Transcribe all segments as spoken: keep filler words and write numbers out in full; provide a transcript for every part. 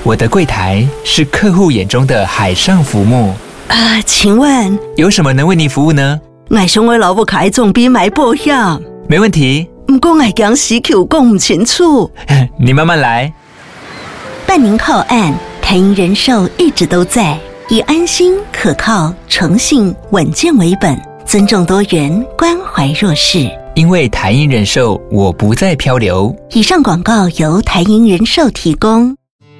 我的柜台是客户眼中的海上浮木啊、呃，请问有什么能为您服务呢？ 我想我老母开总比买保险， 没问题。 不过我讲时口讲不清楚， 你慢慢来。 办您靠岸，台银人寿一直都在，以安心、可靠、诚信、稳健为本，尊重多元，关怀弱势。 因为台银人寿，我不再漂流。 以上广告由台银人寿提供。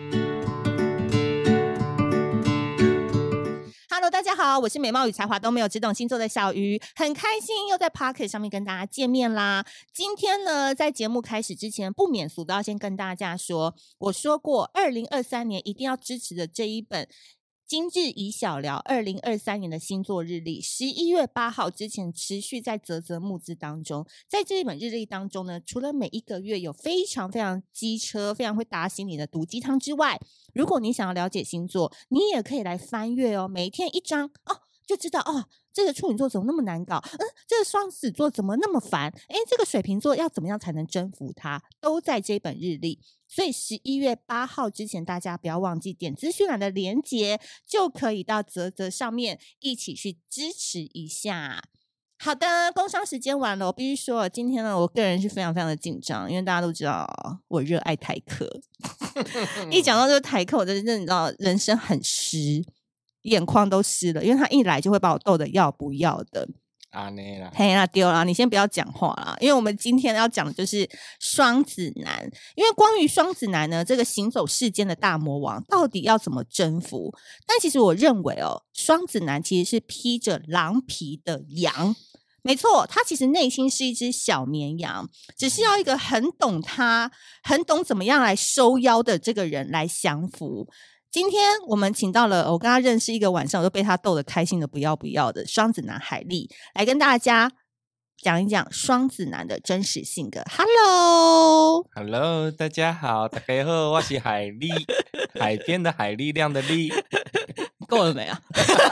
大家好，我是美貌与才华都没有，只懂星座的小鱼，很开心又在 Podcast 上面跟大家见面啦。今天呢，在节目开始之前，不免俗都要先跟大家说，我说过二零二三年一定要支持的这一本今日宜小聊二零二三年的星座日历，十一月八号之前持续在嘖嘖募资当中。在这一本日历当中呢，除了每一个月有非常非常机车非常会打醒你的毒鸡汤之外，如果你想要了解星座，你也可以来翻阅哦，每一天一张哦，就知道哦，这个处女座怎么那么难搞，嗯，这个双子座怎么那么烦，诶，这个水瓶座要怎么样才能征服它，都在这本日历。所以十一月八号之前，大家不要忘记点资讯栏的连结，就可以到嘖嘖上面一起去支持一下。好的，工商时间完了，我必须说，今天呢，我个人是非常非常的紧张，因为大家都知道我热爱台客，一讲到这个台客，我真的你知道人生很湿，眼眶都湿了，因为他一来就会把我逗得要不要的。 啊那啦， 嘿啦丢啦，你先不要讲话啦，因为我们今天要讲的就是双子男。因为关于双子男呢，这个行走世间的大魔王到底要怎么征服？但其实我认为哦，双子男其实是披着狼皮的羊。没错，他其实内心是一只小绵羊，只是要一个很懂他、很懂怎么样来收腰的这个人来降服。今天我们请到了我跟他认识一个晚上，我就被他逗得开心的不要不要的双子男海莉，来跟大家讲一讲双子男的真实性格。 Hello Hello 大家好，大家好，我是海莉海边的海，力量的力。 够了没啊？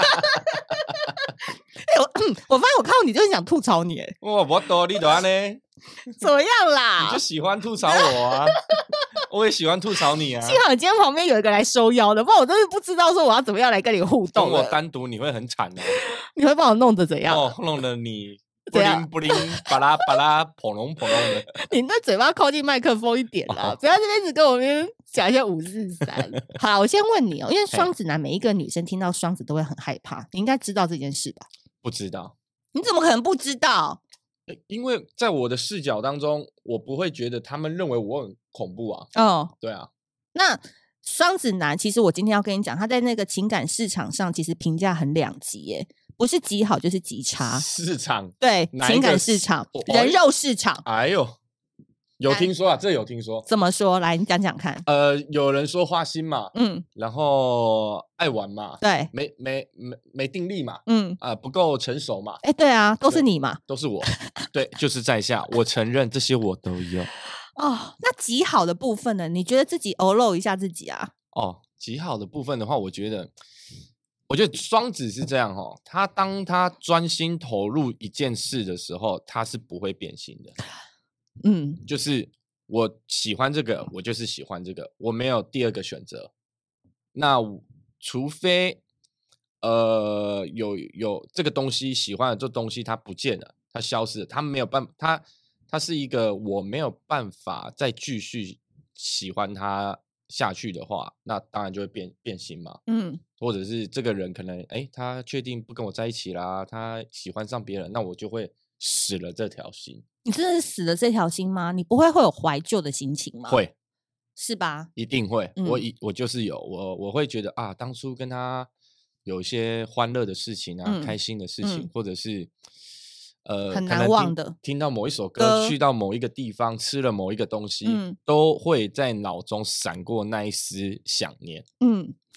欸、我, 我发现我看到你就很想吐槽你。 我不多你的呢怎么样啦？ 你就喜欢吐槽我啊。我也喜欢吐槽你啊。 幸好今天旁边有一个来收腰的，不然我真是不知道说我要怎么样来跟你互动。 跟我单独你会很惨的、啊。 你会把我弄得怎样？ 哦，弄得你不灵不灵巴拉巴拉砰隆砰隆的。 你那嘴巴靠近麦克风一点啦、哦、不要这边只跟我们讲一些五四三。好，我先问你哦，因为双子男每一个女生听到双子都会很害怕，你应该知道这件事吧？ 不知道。 你怎么可能不知道？ 因为在我的视角当中，我不会觉得他们认为我很恐怖啊。 哦， 对啊。 那双子男其实我今天要跟你讲，他在那个情感市场上其实评价很两极耶，不是极好就是极差。 市场对，情感市场、哦、人肉市场。 哎呦，有听说啊，这有听说。 怎么说？来，你讲讲看。 呃，有人说花心嘛， 嗯， 然后爱玩嘛， 对， 没没没没定力嘛， 嗯， 啊、呃，不够成熟嘛。 哎，对啊，都是你嘛， 都是我。对，就是在下，我承认这些我都有。 哦，那极好的部分呢？你觉得自己欧露一下自己啊？ 哦，极好的部分的话，我觉得，我觉得双子是这样哦，他当他专心投入一件事的时候，他是不会变心的。嗯，就是我喜欢这个，我就是喜欢这个，我没有第二个选择。那除非呃有有这个东西喜欢的这东西它不见了，它消失了，它没有办法，它它是一个我没有办法再继续喜欢它下去的话，那当然就会变变心嘛。嗯，或者是这个人可能哎，他确定不跟我在一起啦，他喜欢上别人，那我就会死了这条心。 你真的是死了这条心吗？你不会会有怀旧的心情吗？ 会， 是吧？ 一定会。 嗯、 我我就是有我我会觉得啊，当初跟他有一些欢乐的事情啊，嗯、开心的事情，嗯、或者是呃很难忘的， 听, 听到某一首歌，去到某一个地方，吃了某一个东西，嗯、都会在脑中闪过那一丝想念。嗯。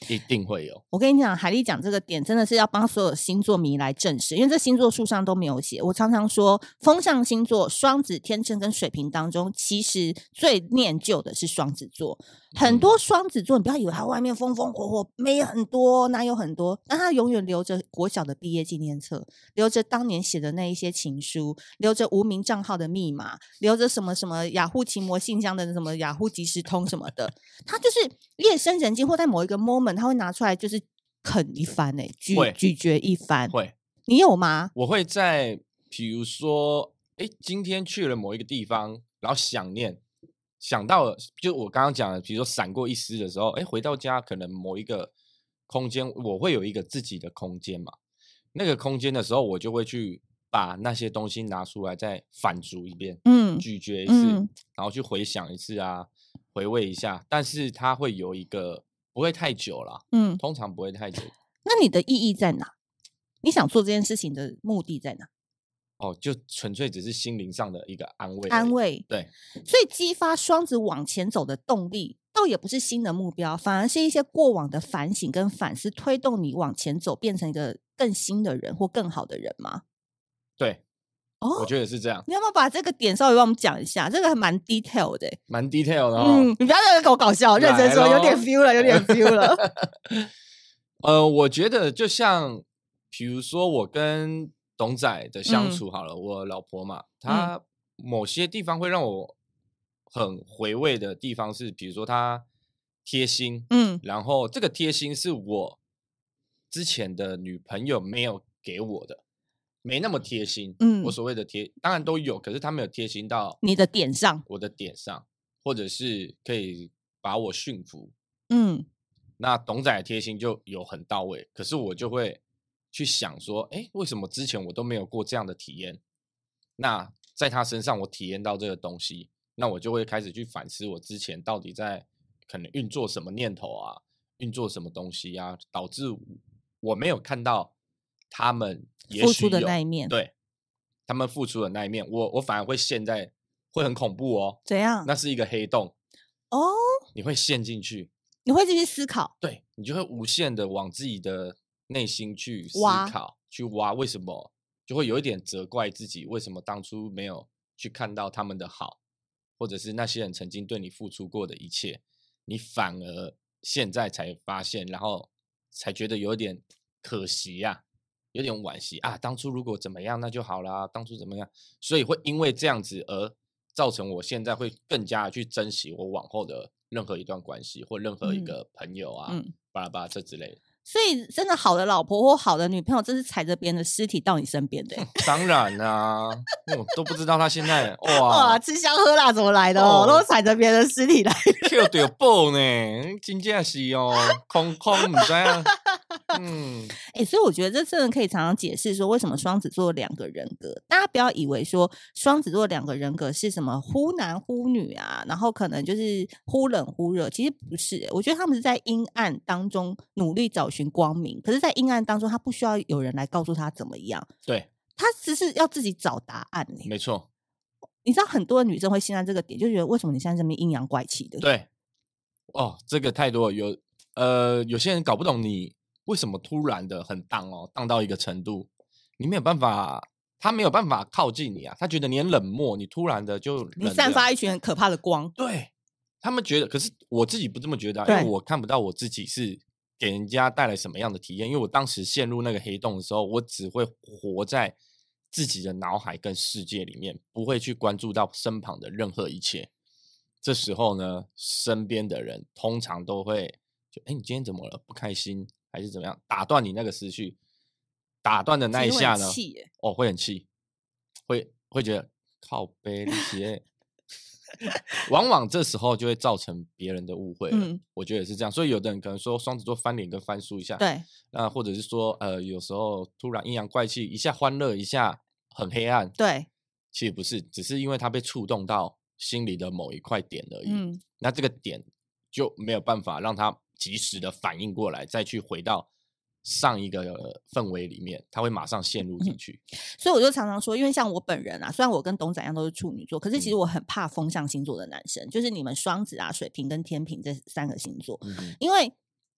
一定会有。 我跟你讲，海莉讲这个点真的是要帮所有星座迷来证实，因为这星座书上都没有写。我常常说，风象星座双子、天秤跟水瓶当中，其实最念旧的是双子座。很多双子座，你不要以为他外面风风火火，没很多，哪有很多？但他永远留着国小的毕业纪念册，留着当年写的那一些情书，留着无名账号的密码，留着什么什么雅虎奇摩信箱的什么雅虎即时通什么的。他就是夜深人静，或在某一个 moment， 他会拿出来就是啃一番、欸，咀咀嚼一番。 会， 你有吗？ 我会在比如说，哎，今天去了某一个地方，然后想念。想到了，就我刚刚讲的，比如说闪过一丝的时候，哎，回到家可能某一个空间，我会有一个自己的空间嘛。那个空间的时候，我就会去把那些东西拿出来，再反刍一遍，嗯，咀嚼一次，嗯、然后去回想一次啊，回味一下。但是它会有一个不会太久啦，嗯，通常不会太久。 那你的意义在哪？你想做这件事情的目的在哪？ 哦，就纯粹只是心灵上的一个安慰， 安慰， 对， 所以激发双子往前走的动力，倒也不是新的目标，反而是一些过往的反省跟反思，推动你往前走，变成一个更新的人或更好的人吗？ 对，哦，我觉得是这样。 你要不要把这个点稍微帮我们讲一下？这个还蛮 detail 的， 蛮 detail 的哦。 嗯，你不要在这给我搞笑，认真说，有点 feel 了，有点 feel 了。 呃，我觉得就像，比如说我跟董仔的相处好了，嗯、我老婆嘛，她某些地方会让我很回味的地方是，比如说她贴心，嗯，然后这个贴心是我之前的女朋友没有给我的，没那么贴心，嗯，我所谓的贴，当然都有，可是她没有贴心到你的点上， 我的点上，或者是可以把我驯服， 嗯， 那董仔的贴心就有很到位，可是我就会去想说，哎，为什么之前我都没有过这样的体验？那在他身上我体验到这个东西，那我就会开始去反思我之前到底在可能运作什么念头啊，运作什么东西啊，导致我没有看到他们也许有付出的那一面， 对，他们付出的那一面，我我反而会陷在，会很恐怖哦。 怎样？ 那是一个黑洞哦， 你会陷进去， 你会继续思考， 对，你就会无限的往自己的内心去思考，去挖为什么，就会有一点责怪自己，为什么当初没有去看到他们的好，或者是那些人曾经对你付出过的一切，你反而现在才发现，然后才觉得有点可惜呀、啊，有点惋惜啊，当初如果怎么样那就好啦，当初怎么样，所以会因为这样子而造成我现在会更加的去珍惜我往后的任何一段关系或任何一个朋友啊，嗯，巴拉巴拉这之类的。 所以真的好的老婆或好的女朋友，真是踩着别人的尸体到你身边的。 当然啊，我都不知道他现在哇哇吃香喝辣怎么来的哦，哦都踩着别人的尸体来的。 Q 到爆呢，真的是哦，空空不知道。 嗯，哎、欸，所以我觉得这真的可以常常解释说，为什么双子座两个人格，大家不要以为说双子座两个人格是什么忽男忽女啊，然后可能就是忽冷忽热，其实不是、欸。我觉得他们是在阴暗当中努力找寻光明，可是，在阴暗当中，他不需要有人来告诉他怎么样， 对， 他只是要自己找答案、欸。 没错， 你知道很多的女生会陷在这个点，就觉得为什么你现在这么阴阳怪气的？ 对，哦，这个太多了，有呃，有些人搞不懂你。为什么突然的很荡哦，荡到一个程度，你没有办法，他没有办法靠近你啊，他觉得你很冷漠，你突然的就你散发一群很可怕的光， 对他们觉得，可是我自己不这么觉得、啊，因为我看不到我自己是给人家带来什么样的体验，因为我当时陷入那个黑洞的时候，我只会活在自己的脑海跟世界里面，不会去关注到身旁的任何一切。这时候呢，身边的人通常都会就，哎，你今天怎么了？不开心？还是怎么样打断你那个思绪，打断的那一下呢， 会哦，会很气，会会觉得靠背那些，往往这时候就会造成别人的误会了、嗯、我觉得是这样，所以有的人可能说双子座翻脸跟翻书一下， 对， 那或者是说呃有时候突然阴阳怪气，一下欢乐一下很黑暗， 对， 其实不是，只是因为他被触动到心里的某一块点而已、嗯、那这个点就没有办法让他及时的反应过来，再去回到上一个氛围里面，他会马上陷入进去、 嗯、所以我就常常说，因为像我本人啊，虽然我跟董仔一样都是处女座，可是其实我很怕风象星座的男生、嗯、就是你们双子啊、水瓶跟天秤这三个星座、嗯、因为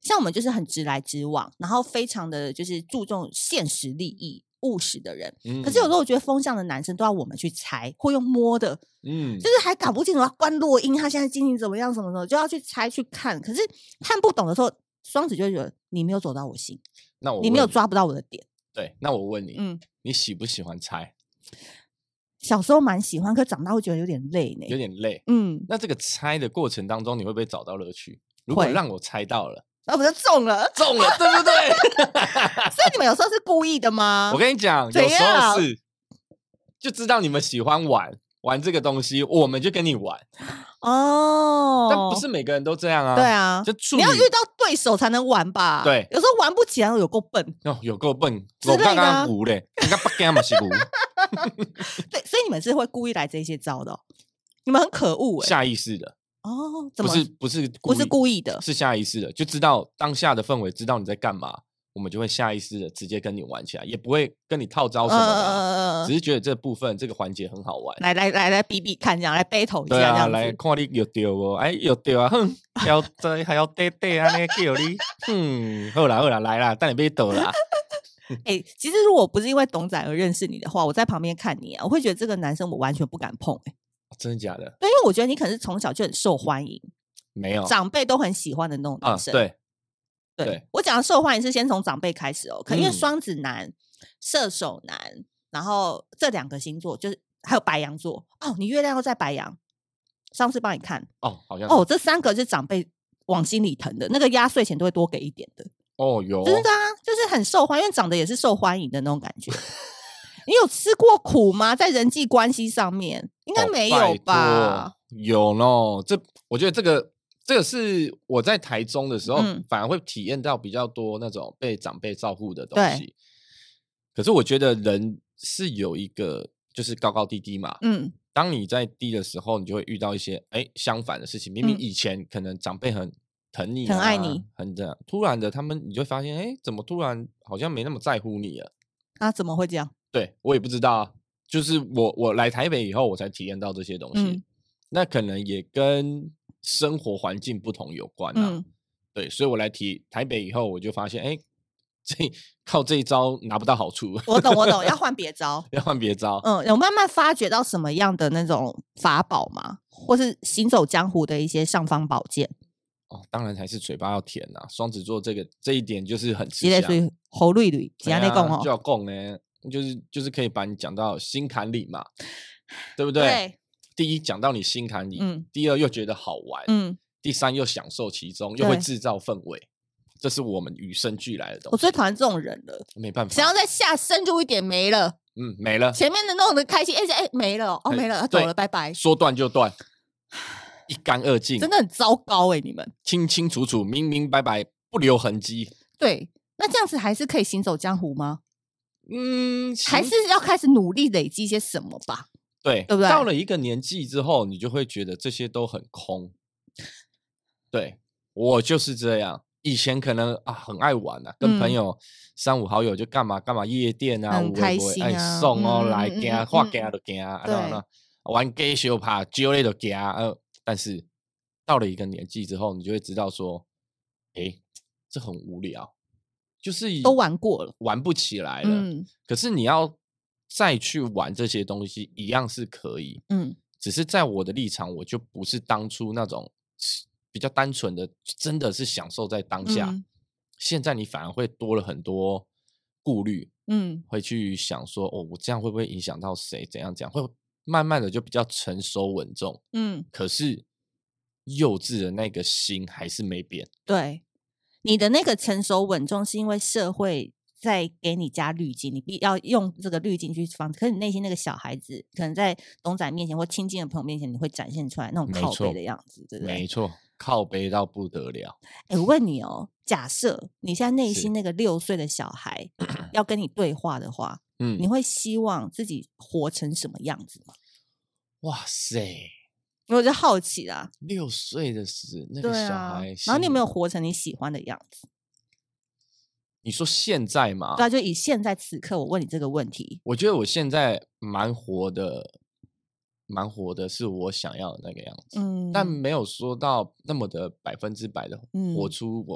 像我们就是很直来直往，然后非常的就是注重现实利益务实的人、嗯、可是有时候我觉得风向的男生都要我们去猜或用摸的，嗯，就是还搞不清楚他关落音他现在心情怎么样什么的，就要去猜去看，可是看不懂的时候双子就觉得你没有走到我心， 那我你没有抓不到我的点。 对，那我问你，嗯，你喜不喜欢猜？ 小时候蛮喜欢，可长大会觉得有点累呢， 有点累。嗯，那这个猜的过程当中，你会不会找到乐趣？如果让我猜到了， 那不就中了？ 中了，对不对？ 所以你们有时候是故意的吗？ 我跟你讲，有时候是就知道你们喜欢玩玩这个东西，我们就跟你玩。哦，但不是每个人都这样啊。 对啊， 就你要遇到对手才能玩吧？ 对， 有时候玩不起来，有够笨哦，有够笨，我刚刚无嘞，刚刚不干嘛是无。 对，所以你们是会故意来这些招的、哦，你们很可恶哎、欸， 下意识的哦， 不是不是不是故意的， 是下意识的，就知道当下的氛围，知道你在干嘛，我们就会下意识的直接跟你玩起来，也不会跟你套招什么的、啊，呃、只是觉得这部分这个环节很好玩， 来来来来比比看，这样来 battle 一下， 对啊， 这样子来看你有对哦，哎有对啊，哼，还要这还要对对啊，那叫你，嗯，好啦好啦，来啦，带你被斗啦。 哎、欸，其实如果不是因为董仔而认识你的话，我在旁边看你啊，我会觉得这个男生我完全不敢碰、欸。 哎，真的假的？ 对，因为我觉得你可能是从小就很受欢迎， 没有长辈都很喜欢的那种男生。 啊、对, 对， 对， 我讲的受欢迎是先从长辈开始哦，可能因为双子男、嗯、射手男，然后这两个星座就是还有白羊座哦，你月亮又在白羊，上次帮你看哦，好像哦，这三个是长辈往心里疼的，那个压岁钱都会多给一点的。 哦，有真的啊，就是很受欢迎，因为长得也是受欢迎的那种感觉。你有吃过苦吗？在人际关系上面，应该没有吧？ 哦、有咯，这我觉得这个这个是我在台中的时候，嗯、反而会体验到比较多那种被长辈照顾的东西。可是我觉得人是有一个就是高高低低嘛，嗯，当你在低的时候，你就会遇到一些哎相反的事情。明明以前可能长辈很疼你、啊， 很爱你， 很这样，突然的他们你就会发现，哎，怎么突然好像没那么在乎你了？ 啊，怎么会这样？ 对，我也不知道啊，就是我我来台北以后，我才体验到这些东西。嗯、那可能也跟生活环境不同有关啊。嗯、对，所以我来提台北以后，我就发现，哎，这靠这一招拿不到好处。 我懂，我懂，要换别招， 要换别招。 嗯，有慢慢发掘到什么样的那种法宝吗？或是行走江湖的一些尚方宝剑？ 哦，当然还是嘴巴要甜啊！双子座这个这一点就是很吃香， 所以喉绿绿，怎样在讲哦？ 就要讲呢，就是就是可以把你讲到心坎里嘛，对不对？ 对， 第一讲到你心坎里，嗯，第二又觉得好玩，嗯，第三又享受其中，又会制造氛围，这是我们与生俱来的东西。 我最讨厌这种人了， 没办法， 想要再下深入一点没了， 嗯，没了， 前面的弄得开心，哎哎没了，哦没了，他走了，拜拜， 说断就断。一干二净， 真的很糟糕哎、欸！你们清清楚楚、明明白白，不留痕迹。 对，那这样子还是可以行走江湖吗？嗯，还是要开始努力累积些什么吧。 对， 对不对？ 到了一个年纪之后，你就会觉得这些都很空。对，我就是这样。以前可能啊很爱玩啊，跟朋友三五好友就干嘛干嘛夜店啊， 很开心啊， 哎送哦、嗯、来行，画行就行啊，对。玩 gay 修爬揪类的给啊，呃，但是到了一个年纪之后，你就会知道说，哎，这很无聊，就是都玩过了， 玩不起来了。嗯，可是你要再去玩这些东西，一样是可以。嗯，只是在我的立场，我就不是当初那种比较单纯的，真的是享受在当下。嗯、现在你反而会多了很多顾虑，嗯，会去想说，哦，我这样会不会影响到谁？怎样怎样会。慢慢的就比较成熟稳重，嗯，可是幼稚的那个心还是没变。 对，你的那个成熟稳重是因为社会在给你加滤镜，你必要用这个滤镜去防止。可是你内心那个小孩子，可能在董仔面前或亲近的朋友面前，你会展现出来那种靠北的样子，对不对？ 没错，靠北到不得了。 哎，我问你哦，假设你现在内心那个六岁的小孩要跟你对话的话。嗯，你会希望自己活成什么样子吗？ 哇塞， 我就好奇啦。 六岁的时那个小孩、啊， 然后你有没有活成你喜欢的样子？ 你说现在吗？ 对啊，就以现在此刻我问你这个问题。 我觉得我现在蛮活的，蛮活的是我想要的那个样子，嗯，但没有说到那么的百分之百的活出我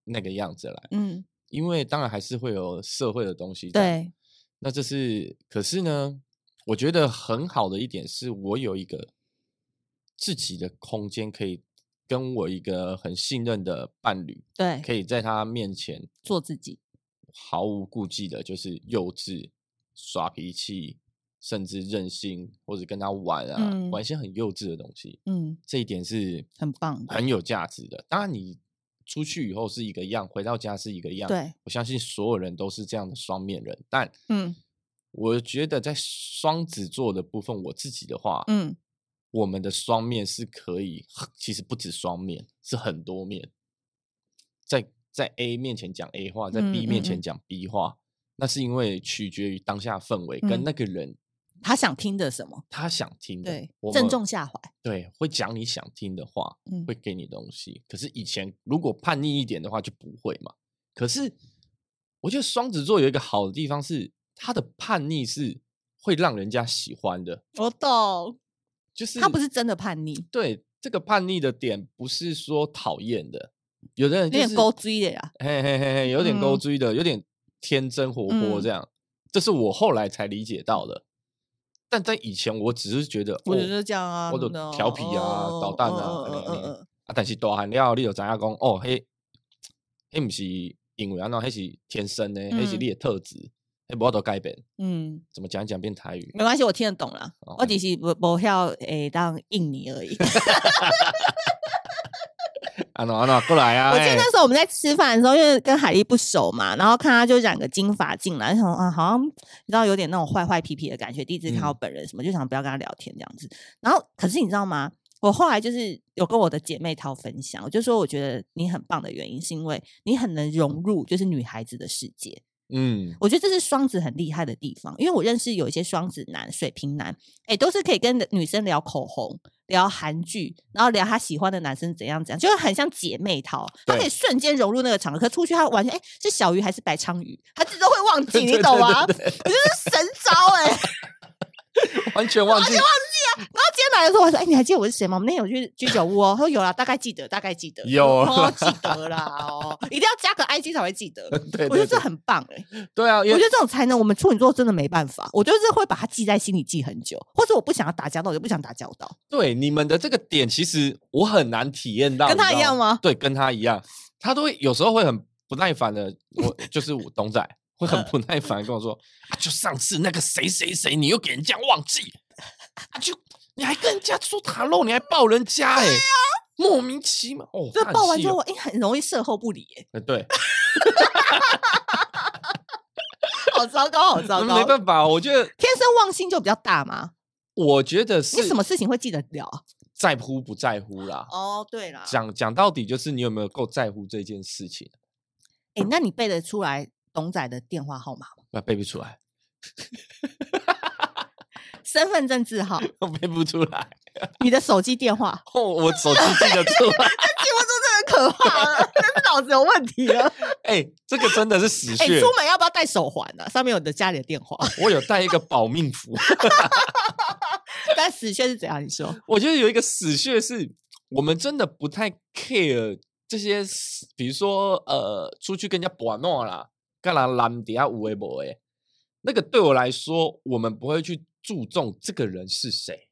那个样子来， 嗯， 因为当然还是会有社会的东西， 对， 那这是可是呢，我觉得很好的一点是我有一个自己的空间，可以跟我一个很信任的伴侣， 对， 可以在他面前做自己， 毫无顾忌的，就是幼稚、耍脾气，甚至任性，或者跟他玩啊， 嗯玩一些很幼稚的东西。 嗯， 这一点是很棒的， 很有价值的。当然，你出去以后是一个样，回到家是一个样。 对， 我相信所有人都是这样的双面人。但嗯， 我觉得在双子座的部分，我自己的话， 嗯， 我们的双面是可以，其实不止双面，是很多面。在在 A 面前讲 A 话，在 B 面前讲 B 话，嗯嗯嗯，那是因为取决于当下氛围跟那个人、嗯、 他想听的什么， 他想听的， 对，正中下怀， 对，会讲你想听的话、嗯，会给你东西。可是以前如果叛逆一点的话，就不会嘛。可是我觉得双子座有一个好的地方是，他的叛逆是会让人家喜欢的。 我懂， 就是他不是真的叛逆， 对，这个叛逆的点不是说讨厌的。有的人、就是、 有点勾追的呀， 嘿嘿嘿嘿，有点勾追的、嗯，有点天真活泼这样、嗯，这是我后来才理解到的。但在以前，我只是觉得， 我觉得这样啊， 我的调皮啊、哦、捣蛋啊，哦哦哦哦啊，但是大汉了，你就知影讲，哦，迄，迄不是因为安怎，迄是天生的，迄、嗯、是你的特质，迄无法度改变。嗯，怎么讲讲变台语？ 没关系，我听得懂了、哦，我只是无无晓诶当印尼而已。 啊喏啊喏，过来啊！ 我记得那时候我们在吃饭的时候，因为跟海莉不熟嘛，然后看他就染个金发进来，想啊，好像你知道有点那种坏坏皮皮的感觉。第一次看到本人什么，嗯、就想不要跟他聊天这样子。然后，可是你知道吗？我后来就是有跟我的姐妹淘分享，我就说我觉得你很棒的原因，是因为你很能融入就是女孩子的世界。嗯，我觉得这是双子很厉害的地方，因为我认识有一些双子男、水瓶男，哎，都是可以跟女生聊口红、聊韩剧，然后聊他喜欢的男生怎样怎样，就是很像姐妹淘，他可以瞬间融入那个场合。可出去他完全哎，是小鱼还是白鲳鱼，他自己都会忘记，你懂吗？我觉得是神招哎、欸。 完全忘记， 完全忘记啊！然后今天来的时候，我说：“哎、欸，你还记得我是谁吗？我们那天有去居酒屋哦。”他说：“有啦，大概记得，大概记得， 有哦，记得啦哦，一定要加个 I G 才会记得。”对，我觉得这很棒哎、欸。 对啊，我覺得這種才能，我們處女座真的沒辦法。我就是會把它記在心裡記很久，或者我不想要打交道，我就不想打交道。 對，你們的這個點其實我很難體驗到， 跟他一樣嗎？ 對，跟他一樣，他都會有時候會很不耐煩的。我就是我董仔。會很不耐煩跟我說、啊、就上次那個誰誰誰你又給人家忘記、啊、就你還跟人家說塔漏你還抱人家哎、欸啊，莫名其妙哦， 這抱完之後我、欸、很容易事後不理哎、 欸，對好糟糕好糟糕， 沒辦法，我覺得天生忘性就比較大嘛， 我覺得是你什麼事情會記得了， 在乎不在乎啦， 哦對啦， 講講到底就是你有沒有夠在乎這件事情。 哎、欸，那你背得出來董仔的電話號碼嗎？ 我背不出來。 身份證字號我背不出來。 你的手機電話？ 哦，我手機記得出來。 記不住真的很可怕了，真是腦子有問題了。 哎、欸，這個真的是死穴。 哎、欸，出門要不要帶手環啊？上面有你的家裡的電話。 我有帶一個保命符。 但死穴是怎樣？你說？ 我覺得有一個死穴是，我們真的不太 care 這些，比如說呃，出去跟人家玩鬧啦。幹啦藍底下無微博誒，那個對我來說，我們不會去注重這個人是誰。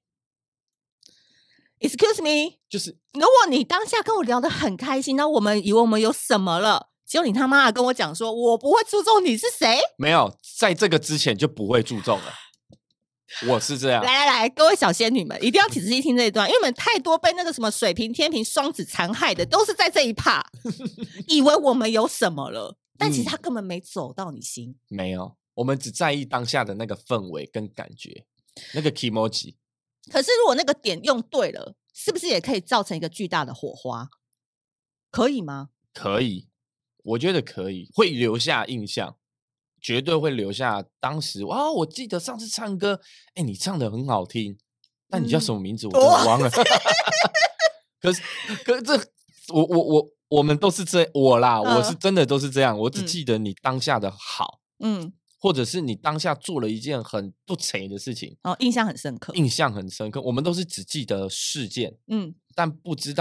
Excuse me， 就是如果你當下跟我聊得很開心，那我們以為我們有什麼了，結果你他媽的跟我講說，我不會注重你是誰。 沒有，在這個之前就不會注重了。我是這樣。 來來來，各位小仙女們，一定要仔細聽這一段，因為我們太多被那個什麼水瓶、天秤、雙子殘害的，都是在這一趴，以為我們有什麼了。但其實他根本沒走到你心、 嗯，沒有，我們只在意當下的那個氛圍跟感覺，那個 kimoji。 可是如果那個點用對了，是不是也可以造成一個巨大的火花？可以嗎？ 可以，我覺得可以，會留下印象，絕對會留下當時。哇，我記得上次唱歌，哎，你唱得很好聽，但你叫什麼名字、嗯、我都忘了。可是，可是這我我我。我我們都是這我啦、呃，我是真的都是這樣，我只記得你當下的好，嗯，或者是你當下做了一件很不錯的事情， 哦，印象很深刻， 印象很深刻。我們都是只記得事件，嗯，但不知道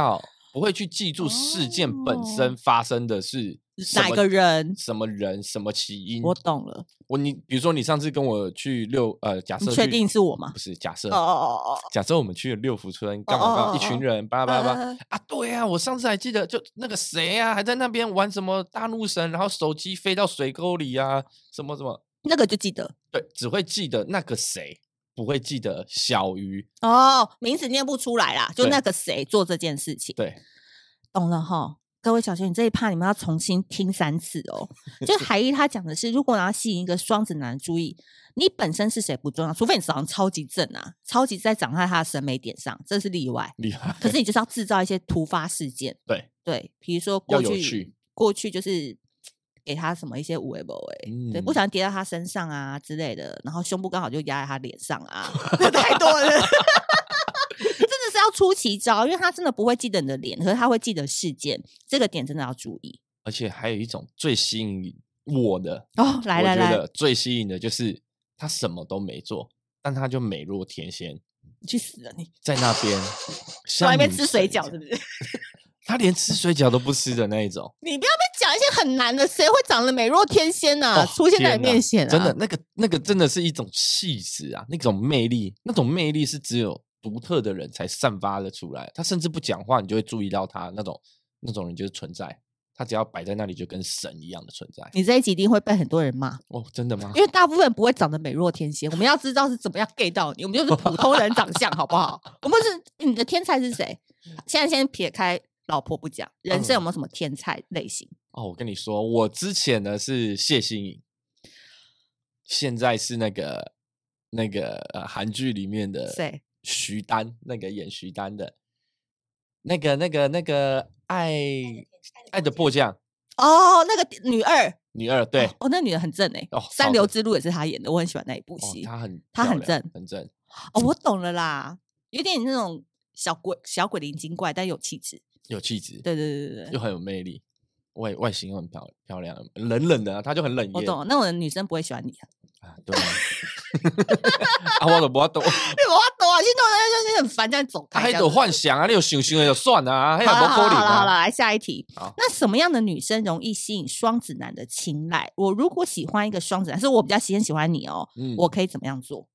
不会去记住事件本身发生的是哪个人、 什么人、什么起因。 我懂了。 我你比如说，你上次跟我去六呃，假设你确定是我吗？ 不是，假设哦哦哦， 假设我们去了六福村，干嘛干嘛，一群人，巴拉巴拉巴拉啊，对啊，我上次还记得，就那个谁啊，还在那边玩什么大怒神，然后手机飞到水沟里啊，什么什么， 那个就记得， 对，只会记得那个谁。不会记得小鱼哦，名字念不出来啦，就那个谁做这件事情， 对， 懂了哈。各位小学，你这一趴你们要重新听三次哦。就海一他讲的是，如果你要吸引一个双子男的注意，你本身是谁不重要，除非你长得超级正啊，超级在长在他的审美点上，这是例外。 厉害， 可是你就是要制造一些突发事件， 对对，比如说过去， 去过去就是给他什么一些无为不为，嗯、对，不小心跌到他身上啊之类的，然后胸部刚好就压在他脸上啊，太多了。真的是要出奇招，因为他真的不会记得你的脸，可是他会记得事件，这个点真的要注意。 而且还有一种最吸引我的哦，来来来， 我觉得最吸引的就是他什么都没做，但他就美若天仙。 你去死了你！ 在那边， 在那边吃水饺是不是？ 他连吃水饺都不吃的那一种。 你不要被讲一些很难的，谁会长得美若天仙啊？哦、出现在你面前、啊， 真的那个那个真的是一种气质啊，那种魅力，那种魅力是只有独特的人才散发的出来。他甚至不讲话，你就会注意到他那种那种人就是存在。他只要摆在那里，就跟神一样的存在。 你这一集一定会被很多人骂哦，真的吗？ 因为大部分人不会长得美若天仙，我们要知道是怎么样 get 到你，我们就是普通人长相，好不好？我们是你的天才是谁？现在先撇开老婆不讲，人生有没有什么天才类型？嗯、 哦，我跟你说，我之前呢是谢欣颖，现在是那个那个呃韩剧里面的谁？ 徐丹，那个演徐丹的，那个那个那个爱爱的迫降哦，那个女二， 女二对， 哦，那女的很正哎、欸，哦，三流之路也是她演的，我很喜欢那一部戏， 她、哦、很她很正， 很正。 哦，我懂了啦，有点那种小鬼小鬼灵精怪，但有气质， 有气质， 对对对对对， 又很有魅力，外外形又很漂漂亮，冷冷的、啊，她就很冷艳。 我懂了，那种女生不会喜欢你啊。 啊，对啊，啊我都不要懂，你不要懂啊！现在人就是很烦，这样走开。 还有幻想啊，你有想想的就算啊，还有好了好了好了，好了，来下一题。那什么样的女生容易吸引双子男的青睐？我如果喜欢一个双子男，是我比较先喜欢你哦，嗯、我可以怎么样做？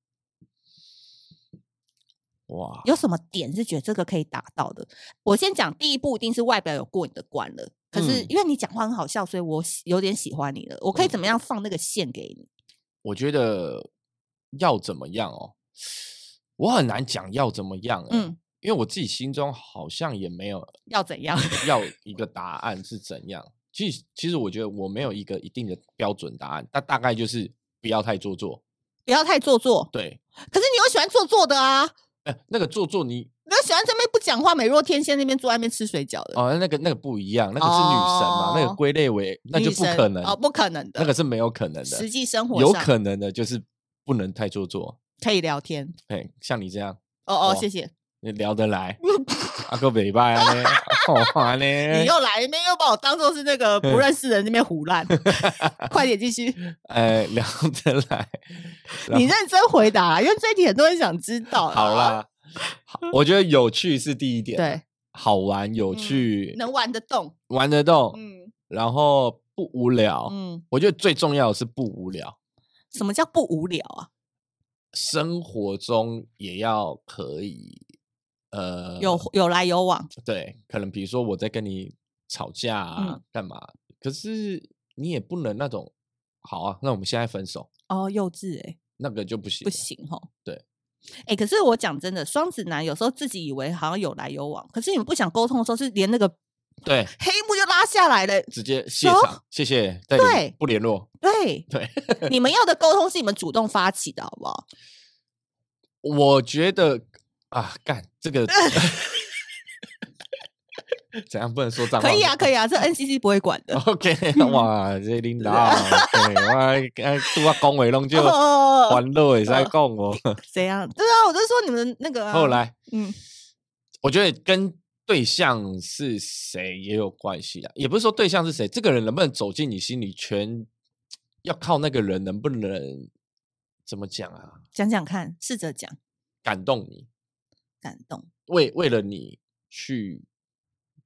哇，有什么点是觉得这个可以达到的？我先讲第一步，一定是外表有过你的关了。可是因为你讲话很好笑，所以我有点喜欢你了。我可以怎么样放那个线给你？ 我觉得要怎么样哦，我很难讲要怎么样、欸，嗯，因为我自己心中好像也没有要怎样， 要一个答案是怎样。其实，其实我觉得我没有一个一定的标准答案，但大概就是不要太做作， 不要太做作。 对， 可是你又喜欢做作的啊。 欸、那个做作你， 你又喜欢这边不讲话，美若天仙那边坐在那边吃水饺的哦，那个那个不一样，那个是女神嘛，哦、那个归类为那就不可能哦，不可能的， 那个是没有可能的。 实际生活有可能的就是不能太做作， 可以聊天， 哎，像你这样， 哦哦，哦谢谢， 你聊得来，阿哥北拜啊呢，好呢， 你又来那边又把我当做是那个不认识的人那边胡乱，快点继续， 哎，聊得来， 你认真回答，因为这一题很多人想知道。 好啦。我觉得有趣是第一点， 对， 好玩有趣、 嗯，能玩得动， 玩得动，嗯，然后不无聊，嗯，我觉得最重要的是不无聊。 什么叫不无聊啊？ 生活中也要可以，呃， 有有来有往， 对，可能比如说我在跟你吵架啊，嗯、干嘛？可是你也不能那种，好啊，那我们现在分手哦，幼稚哎、欸， 那个就不行， 不行齁， 对。 哎、欸，可是我讲真的，双子男有时候自己以为好像有来有往，可是你们不想沟通的时候，是连那个对黑幕就拉下来了， 直接谢场，谢谢，对，不联络， 对对， 你们要的沟通是你们主动发起的，好不好？ 我觉得啊，干这个怎样不能说脏话？ 可以啊，可以啊，这 N C C 不会管的。 OK， 哇，这领导，我拄啊讲话拢就欢乐也在讲哦。 怎样？对啊，我就说你们那个、啊。 后来，嗯，我觉得跟对象是谁也有关系啊，也不是说对象是谁，这个人能不能走进你心里，全要靠那个人能不能怎么讲啊？ 讲讲看，试着讲， 感动你， 感动， 为为了你去。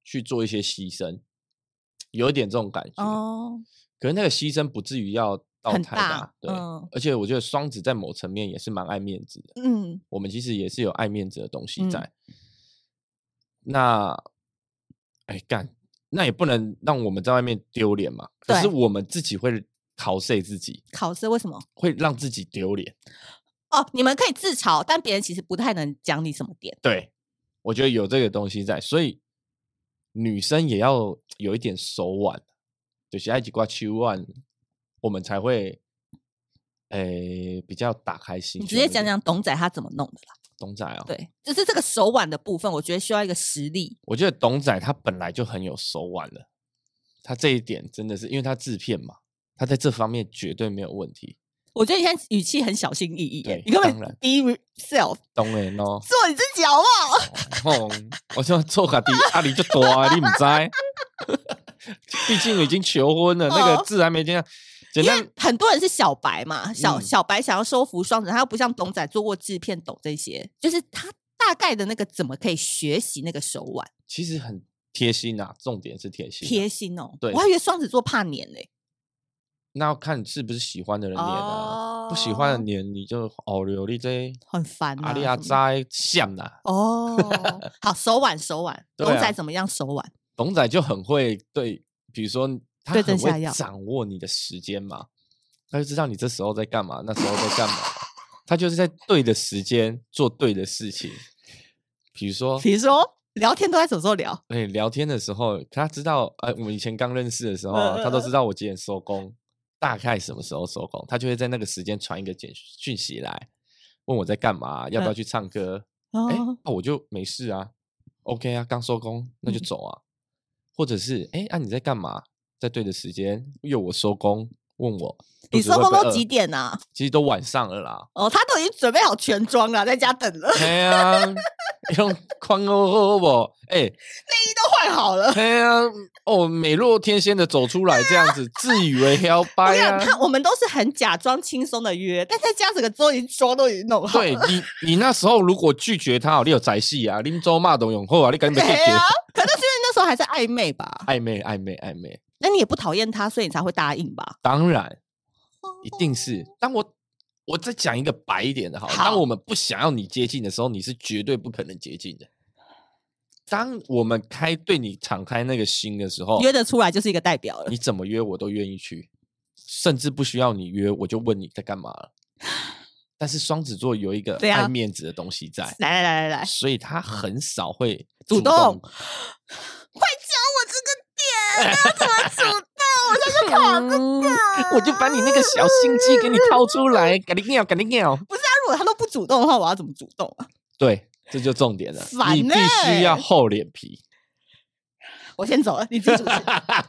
去做一些牺牲，有一点这种感觉。哦，可是那个牺牲不至于要到太大，对、嗯。而且我觉得双子在某层面也是蛮爱面子的，嗯，我们其实也是有爱面子的东西在。嗯、那，哎干，那也不能让我们在外面丢脸嘛。可是我们自己会考试自己， 考试为什么会让自己丢脸？ 哦，你们可以自嘲，但别人其实不太能讲你什么点。 对，我觉得有这个东西在，所以女生也要有一点手腕，就是爱几挂手腕，我们才会，诶、比较打开心。 你直接讲讲董仔他怎么弄的啦。 董仔啊、哦， 对，就是这个手腕的部分，我觉得需要一个实力。 我觉得董仔他本来就很有手腕了，他这一点真的是因为他制片嘛，他在这方面绝对没有问题。 我觉得你现在语气很小心翼翼，你根本 be yourself， 当然咯， 做你自己好不好？ 哦，我想做家己压力就大，你唔知？毕竟已经求婚了，哦、那个字还没这样。 因为很多人是小白嘛，小、嗯、小白想要收服双子，他又不像董仔做过制片，懂这些，就是他大概的那个怎么可以学习那个手腕， 其实很贴心啊，重点是贴心、啊， 贴心哦。 对， 我还以为双子座怕黏嘞、欸。 那要看是不是喜欢的人黏啊，哦、不喜欢的黏你就哦溜你这很烦啊， 阿里阿仔像啦。 哦，好，手腕手腕，董仔怎么样手腕？ 董仔就很会对，比如说他很会掌握你的时间嘛，他就知道你这时候在干嘛，那时候在干嘛，他就是在对的时间做对的事情。比如说， 比如说。聊天都在什么时候聊？ 对，聊天的时候，他知道，呃，我们以前刚认识的时候，呃、他都知道我几点收工，大概什么时候收工，他就会在那个时间传一个简讯息来，问我在干嘛，要不要去唱歌？哎、呃哦，我就没事啊 ，OK 啊，刚收工，那就走啊。嗯、或者是，哎，啊，你在干嘛？在对的时间，因为我收工，问我。 你收工都几点啊？ 其实都晚上了啦。 哦，他都已经准备好全妆了，在家等了。 对啊，用宽厚厚不？哎，内衣都换好了。 对啊，哦，美若天仙的走出来，这样子自以为摇摆啊。 他我们都是很假装轻松的约，但在家整个都已经妆都已经弄好了。 对你，你那时候如果拒绝他，你有宅戏啊，林州骂董永后啊，你赶紧别拒绝。 可能是因为那时候还在暧昧吧？ 暧昧，暧昧，暧昧。 那你也不讨厌他，所以你才会答应吧？ 当然。一定是，当我我再讲一个白一点的好，好，当我们不想要你接近的时候，你是绝对不可能接近的。当我们开对你敞开那个心的时候， 约得出来就是一个代表了。 你怎么约我都愿意去，甚至不需要你约，我就问你在干嘛了。但是双子座有一个爱面子的东西在， 啊、来来来来来， 所以他很少会主动。 主动快教我这个点，要怎么主动？我在这考这个、 嗯，我就把你那个小心机给你掏出来，赶紧尿，赶紧尿。 不是啊，如果他都不主动的话，我要怎么主动啊？ 对，这就重点了， 欸、 你必须要厚脸皮。 我先走了，你自己主持。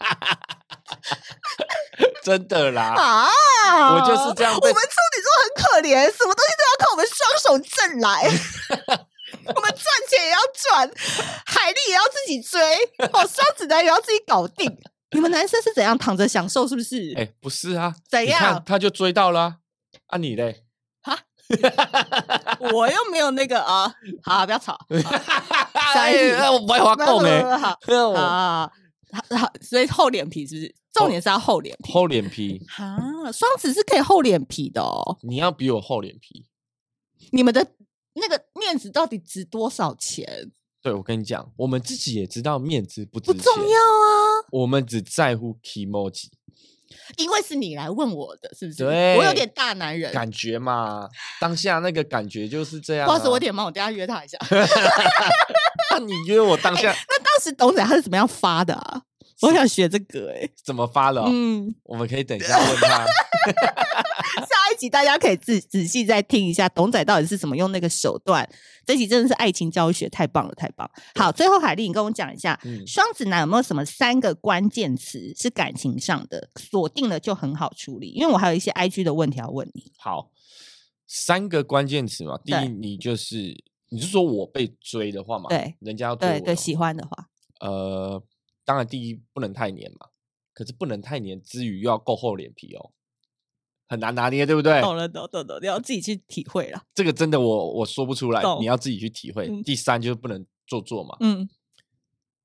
真的啦啊！ 我就是这样。我们处女座很可怜，什么东西都要靠我们双手挣来。我们赚钱也要赚，海莉也要自己追，哦，双子男也要自己搞定。你们男生是怎样躺着享受？是不是？ 哎、欸，不是啊， 怎样？ 你看他就追到了啊，啊你嘞？ 哈，我又没有那个啊。好，不要吵。 哎，我不会话讲呢。 好啊，好，所以厚脸皮是不是？重点是要厚脸皮。 厚脸皮啊，双子是可以厚脸皮的哦。 你要比我厚脸皮。 你们的那个面子到底值多少钱？ 对，我跟你讲，我们自己也知道面子不值钱， 不重要啊。 我们只在乎 kimoji， 因为是你来问我的，是不是？ 对， 我有点大男人感觉嘛，当下那个感觉就是这样、啊。 不好意思，我有点忙，我等一下约他一下。 那你约我当下？ 欸、那当时董仔他是怎么样发的啊？我想学这个哎、欸， 怎么发的、哦？ 嗯， 我们可以等一下问他。 下一集大家可以仔仔细再听一下董仔到底是怎么用那个手段。这集真的是爱情教学，太棒了，太棒！好，最后海莉，你跟我讲一下，嗯、双子男有没有什么三个关键词是感情上的，锁定了就很好处理？因为我还有一些 I G 的问题要问你。 好，三个关键词嘛，第一，你就是你是说我被追的话嘛， 对， 人家要追我对对喜欢的话， 呃。当然，第一不能太黏嘛，可是不能太黏之余又要够厚脸皮哦，很难拿捏，对不对？ 懂了，懂懂懂，你要自己去体会了。 这个真的我我说不出来，你要自己去体会。嗯、第三就是不能做作嘛， 嗯，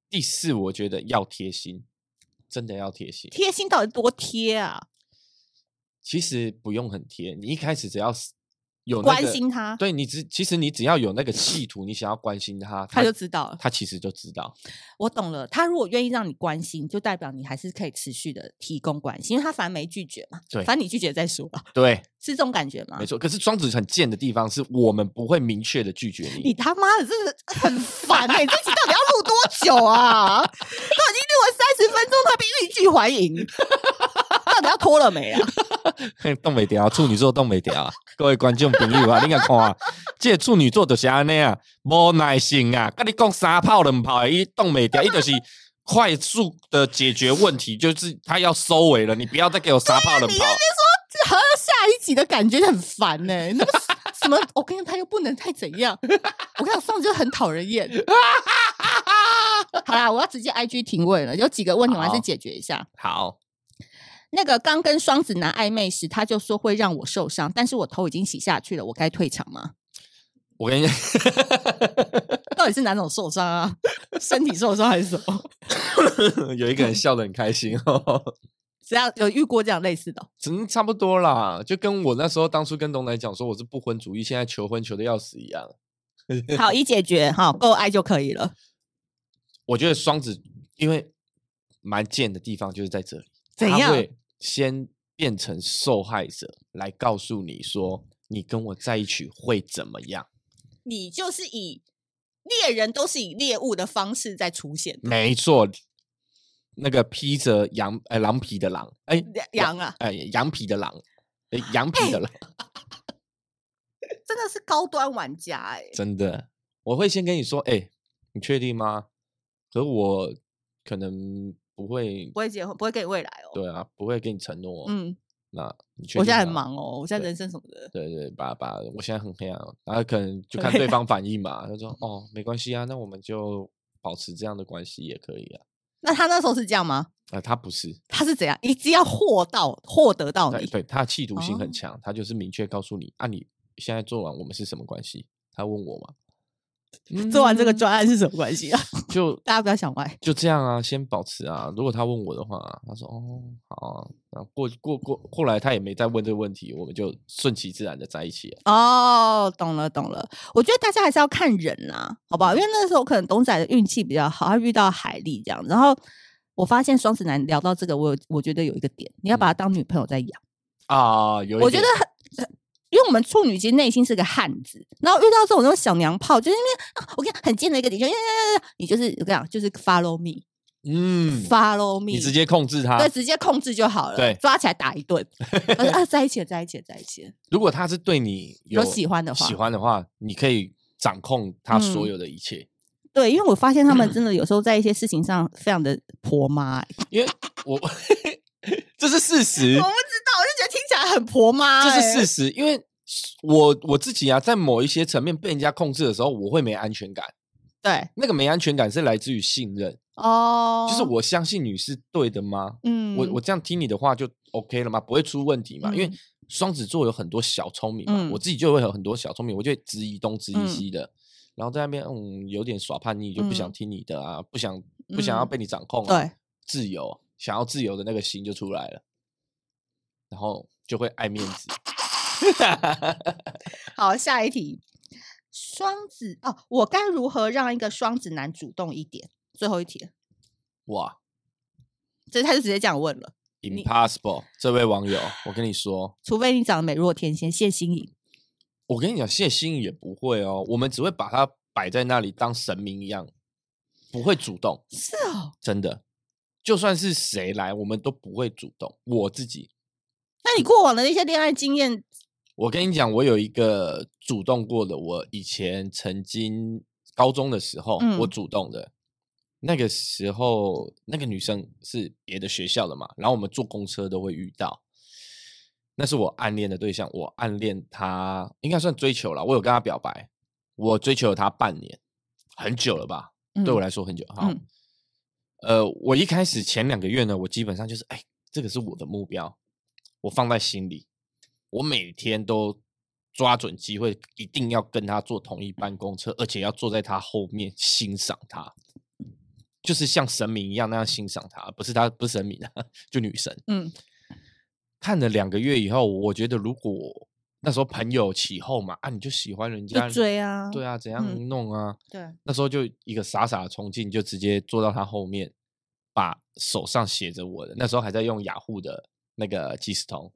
第四，我觉得要贴心，真的要贴心。 贴心到底多贴啊？ 其实不用很贴，你一开始只要有、那个、 关心他， 对你只其实你只要有那个企图，你想要关心他， 他就知道了。 他其实就知道。 我懂了，他如果愿意让你关心，就代表你还是可以持续的提供关心，因为他反正没拒绝嘛。 对， 反正你拒绝再说了。 对， 是这种感觉吗？ 没错。可是双子很贱的地方是我们不会明确的拒绝你。 你他妈的真的很烦哎、欸！这集到底要录多久啊？都已经录了三十分钟，他比欲拒还迎，到底要拖了没啊？ 冻袂掉，处女座冻袂掉啊！各位观众朋友啊，你看看啊，这处女座就是安尼啊，无耐性啊，跟你讲三炮两炮的，伊冻袂掉，伊就是快速的解决问题，就是他要收尾了，你不要再给我三炮两炮。你那边说好像下一集的感觉很烦呢、欸，那个什么，我跟你他又不能太怎样，我跟你讲，双子就很讨人厌。好啦，我要直接 I G 停位了，有几个问题我还是解决一下。 好。 那个刚跟双子男暧昧时，他就说会让我受伤，但是我头已经洗下去了，我该退场吗？ 我跟你讲， 到底是哪种受伤啊？身体受伤还是什么？ 有一个人笑得很开心哦。 只要有遇过这样类似的、哦， 真差不多啦，就跟我那时候当初跟东来讲说我是不婚主义，现在求婚求的要死一样。 好，已解决，好，够爱就可以了。 我觉得双子因为蛮贱的地方就是在这里， 怎样？ 他会先变成受害者来告诉你说你跟我在一起会怎么样。 你就是以猎人都是以猎物的方式在出现的。 没错，那个披着羊呃狼皮的狼，哎羊啊， 哎羊皮的狼，哎羊皮的狼， 真的是高端玩家哎、欸， 真的，我会先跟你说，哎，你确定吗？可是我可能。不会， 不会结婚，不会给你未来哦。 对啊，不会给你承诺、哦。嗯，那你确定我现在很忙哦，我现在人生什么的。 对 对, 对，把把，我现在很黑暗，然后可能就看对方反应嘛。他说：“哦，没关系啊，那我们就保持这样的关系也可以啊。” 那他那时候是这样吗？ 啊、呃，他不是， 他是怎样？一直要获到获得到你， 对，对他企图心很强，哦、他就是明确告诉你啊，你现在做完我们是什么关系？他问我嘛。 嗯、做完这个专案是什么关系啊？ 就大家不要想歪， 就这样啊，先保持啊。如果他问我的话，他说哦好啊，然后过过过，后来他也没再问这个问题，我们就顺其自然的在一起了。 哦，懂了懂了。我觉得大家还是要看人啦，好不好？因为那时候可能董仔的运气比较好，他遇到海莉这样。然后我发现双子男聊到这个，我有我觉得有一个点，你要把他当女朋友在养、 嗯、啊。有一点， 我觉得很。因为我们处女其实内心是个汉子，然后遇到这种那种小娘炮，就是因为、啊、我跟你很贱的一个点，就你就是我跟你讲，就是 follow me， 嗯 ，follow me， 你直接控制他， 对，直接控制就好了， 对， 抓起来打一顿，啊，在一起了，在一起了，在一起了。 如果他是对你 有, 有喜欢的话， 喜欢的话，你可以掌控他所有的一切。嗯、 对，因为我发现他们真的有时候在一些事情上非常的婆妈、欸， 因为我这是事实， 我不知道，我就觉得听起来很婆妈、 欸，这是事实，因为。我我自己啊，在某一些层面被人家控制的时候，我会没安全感。 对， 那个没安全感是来自于信任哦， 就是我相信你是对的吗？嗯，我我这样听你的话就 OK 了吗？不会出问题嘛？嗯、因为双子座有很多小聪明嘛，嗯、我自己就会有很多小聪明，我就会质疑东质疑西的，嗯、然后在那边嗯有点耍叛逆，就不想听你的啊，嗯、不想不想要被你掌控、啊， 对， 自由想要自由的那个心就出来了，然后就会爱面子。 好，下一题，双子哦，我该如何让一个双子男主动一点？最后一题， 哇， 这他就直接这样问了 ，impossible。这位网友，我跟你说， 除非你长得美若天仙，谢欣颖。 我跟你讲，谢欣颖也不会哦，我们只会把他摆在那里当神明一样，不会主动。 是哦， 真的，就算是谁来，我们都不会主动。我自己， 那你过往的那些恋爱经验？ 我跟你讲，我有一个主动过的，我以前曾经高中的时候，嗯、我主动的，那个时候那个女生是别的学校的嘛，然后我们坐公车都会遇到，那是我暗恋的对象，我暗恋她，应该算追求了，我有跟她表白，我追求了她半年，很久了吧？嗯、对我来说很久。好，嗯、呃，我一开始前两个月呢，我基本上就是，哎，这个是我的目标，我放在心里。我每天都抓准机会，一定要跟他坐同一班公车，而且要坐在他后面欣赏他。 就是像神明一样那样欣赏他，不是他不是神明啊，就女神。嗯，看了两个月以后，我觉得如果那时候朋友起哄嘛，啊，你就喜欢人家， 就追啊， 对啊，怎样弄啊？ 嗯、对， 那时候就一个傻傻的冲劲，就直接坐到他后面，把手上写着我的，那时候还在用雅虎的那个即时通，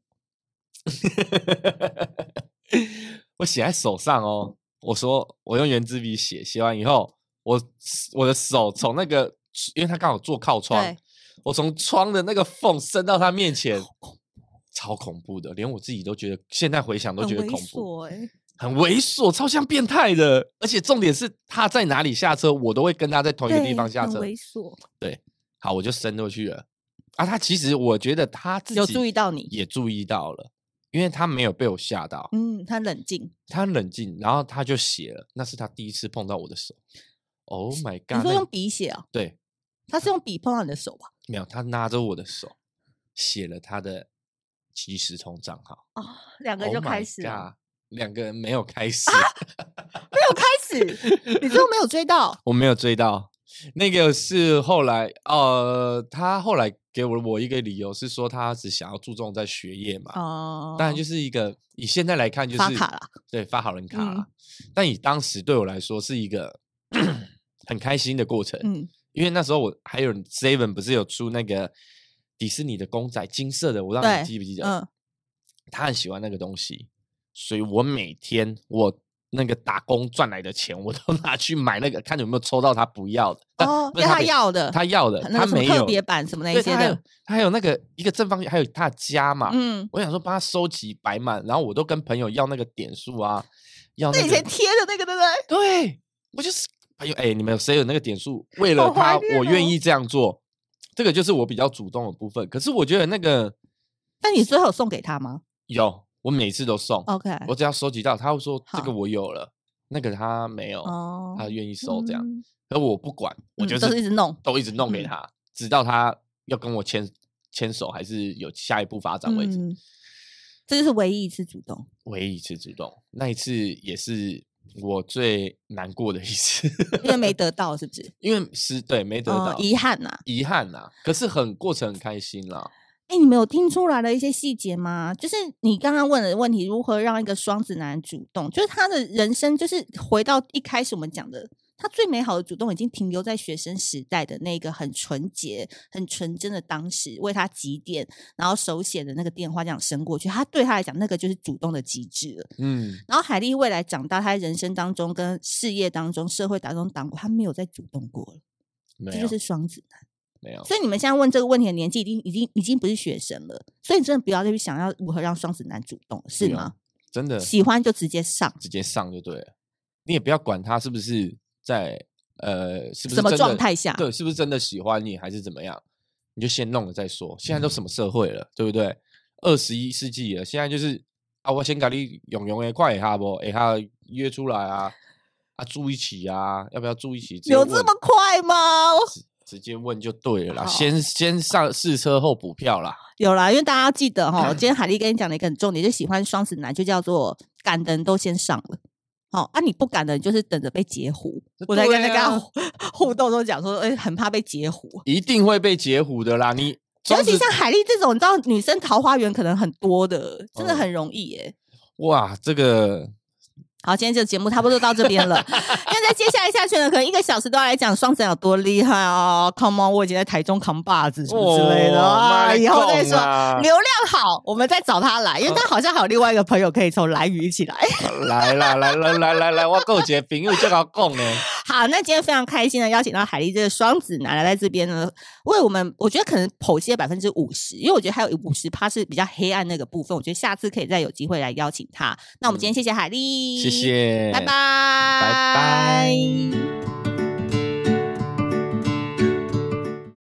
我写在手上哦。我说我用圆珠笔写，写完以后，我我的手从那个，因为他刚好坐靠窗，我从窗的那个缝伸到他面前。超恐怖的，连我自己都觉得，现在回想都觉得恐怖，很猥琐、欸、很猥琐，超像变态的。而且重点是他在哪里下车，我都会跟他在同一个地方下车， 很猥琐。 对，好，我就伸过去了。啊，他其实我觉得他自己有注意到你， 也注意到了，因为他没有被我吓到， 嗯，他冷静， 他冷静，然后他就写了，那是他第一次碰到我的手。Oh my god！ 你说用笔写啊？ 对， 他是用笔碰到你的手吧？ 没有，他拿着我的手写了他的即时通账号。 哦，两个人就开始了。 Oh my god！ 两个人没有开始， 啊、没有开始，你最后没有追到？ 我没有追到，那个是后来，呃，他后来给我我一个理由是说，他只想要注重在学业嘛。哦，当然就是一个以现在来看就是发卡啦， 对，发好人卡啦。嗯、但以当时对我来说是一个很开心的过程，嗯，因为那时候我还有 Seven 不是有出那个迪士尼的公仔，金色的，我让你记不记得？嗯，他很喜欢那个东西。所以我每天我那个打工赚来的钱，我都拿去买那个，看有没有抽到他不要的。 哦，因为他要的， 他要的，他没有特别版什么那些的。 他还有，他还有那个一个正方形，还有他的家嘛。嗯，我想说帮他收集摆满，然后我都跟朋友要那个点数啊，要那个以前贴的那个，对不对？ 对，我就是朋友，哎、欸，你们有谁有那个点数？为了他，我愿意这样做。这个就是我比较主动的部分。可是我觉得那个， 那你最后有送给他吗？ 有。我每次都送 ，OK， 我只要收集到，他会说这个我有了，那个他没有，哦、他愿意收这样，嗯、可我不管，我就是、 嗯、都一直弄， 都一直弄给他，嗯、直到他要跟我牵牵手，还是有下一步发展为止。嗯、 这就是唯一一次主动， 唯一一次主动，那一次也是我最难过的一次， 因为没得到，是不是？ 因为是对没得到， 哦、遗憾呐、啊， 遗憾呐、啊。可是很过程很开心啦。 哎，你们有听出来的一些细节吗？就是你刚刚问的问题，如何让一个双子男主动？就是他的人生，就是回到一开始我们讲的，他最美好的主动已经停留在学生时代的那个很纯洁、很纯真的当时，为他集点，然后手写的那个电话这样伸过去，他对他来讲，那个就是主动的极致了。嗯，然后海莉未来长大，他在人生当中、跟事业当中、社会当中当过，他没有再主动过了，这就是双子男。 没有， 所以你们现在问这个问题的年纪，已经已经已经不是学生了，所以你真的不要再去想要如何让双子男主动，是吗？ 真的喜欢就直接上， 直接上就对了。你也不要管他是不是在呃，是不是什么状态下， 对，是不是真的喜欢你，还是怎么样？你就先弄了再说。现在都什么社会了，嗯、对不对？二十一世纪了，现在就是啊，我先给你用用的快一下不？一下约出来啊啊，住一起啊，要不要住一起？ 有这么快吗？ 直接问就对了啦，先先上试车后补票啦。 有啦，因为大家要记得哈，今天海莉跟你讲的一个很重点，就喜欢双子男，就叫做赶的人都先上了。好、哦、啊，你不赶的人就是等着被截胡。啊、我在跟那个互动都讲说，哎、欸，很怕被截胡， 一定会被截胡的啦。你尤其像海莉这种，你知道女生桃花源可能很多的，真的很容易耶。 嗯、哇，这个。 好，今天这个节目差不多到这边了。因为在接下来下去呢，可能一个小时都要来讲双子有多厉害哦。Come on， 我已经在台中扛把子什么之类的、哦、啊，以后再说。流量好，我们再找他来，因为他好像还有另外一个朋友可以从兰屿一起来。 来啦，来来来来来，我够一个朋友就要讲呢。 好，那今天非常开心的邀请到海莉这个双子男来在这边呢，为我们我觉得可能剖析百分之五十，因为我觉得还有五十趴是比较黑暗那个部分，我觉得下次可以再有机会来邀请他。那我们今天谢谢海莉。 谢谢， 拜拜， 拜拜。